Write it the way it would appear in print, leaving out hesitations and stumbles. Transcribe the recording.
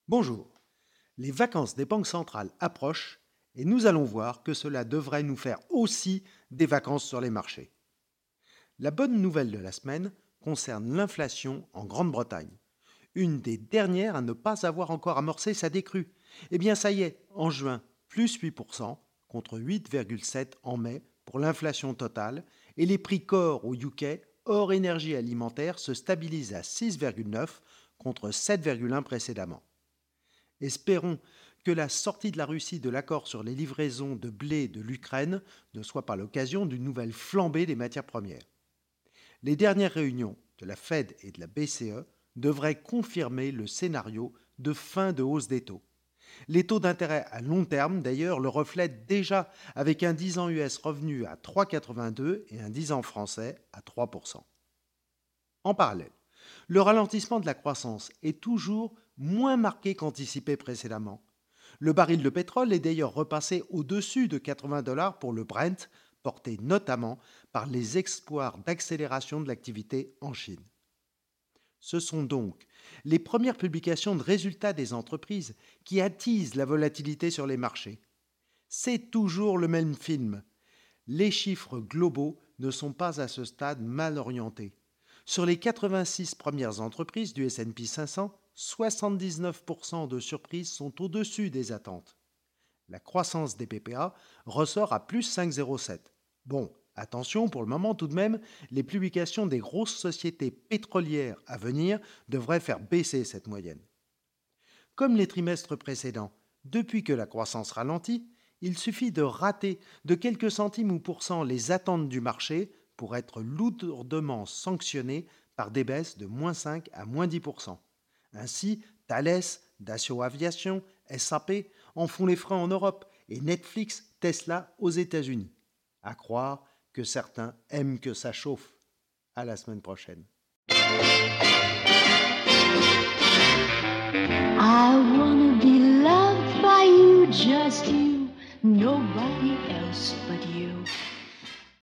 Bonjour. Les vacances des banques centrales approchent et nous allons voir que cela devrait nous faire aussi des vacances sur les marchés. La bonne nouvelle de la semaine concerne l'inflation en Grande-Bretagne, une des dernières à ne pas avoir encore amorcé sa décrue. Eh bien ça y est, en juin, plus 8% contre 8,7 en mai pour l'inflation totale et les prix corps au UK hors énergie alimentaire se stabilisent à 6,9 contre 7,1 précédemment. Espérons que la sortie de la Russie de l'accord sur les livraisons de blé de l'Ukraine ne soit pas l'occasion d'une nouvelle flambée des matières premières. Les dernières réunions de la Fed et de la BCE devraient confirmer le scénario de fin de hausse des taux. Les taux d'intérêt à long terme, d'ailleurs, le reflètent déjà avec un 10 ans US revenu à 3,82 et un 10 ans français à 3%. En parallèle, le ralentissement de la croissance est toujours moins marqué qu'anticipé précédemment. Le baril de pétrole est d'ailleurs repassé au-dessus de 80 dollars pour le Brent, porté notamment par les espoirs d'accélération de l'activité en Chine. Ce sont donc les premières publications de résultats des entreprises qui attisent la volatilité sur les marchés. C'est toujours le même film. Les chiffres globaux ne sont pas à ce stade mal orientés. Sur les 86 premières entreprises du S&P 500, 79% de surprises sont au-dessus des attentes. La croissance des PPA ressort à plus 5,07. Bon, attention pour le moment tout de même, les publications des grosses sociétés pétrolières à venir devraient faire baisser cette moyenne. Comme les trimestres précédents, depuis que la croissance ralentit, il suffit de rater de quelques centimes ou pourcents les attentes du marché pour être lourdement sanctionné par des baisses de moins 5 à moins 10%. Ainsi, Thales, Dassault Aviation, SAP en font les frais en Europe et Netflix, Tesla aux États-Unis. À croire que certains aiment que ça chauffe. À la semaine prochaine. I wanna be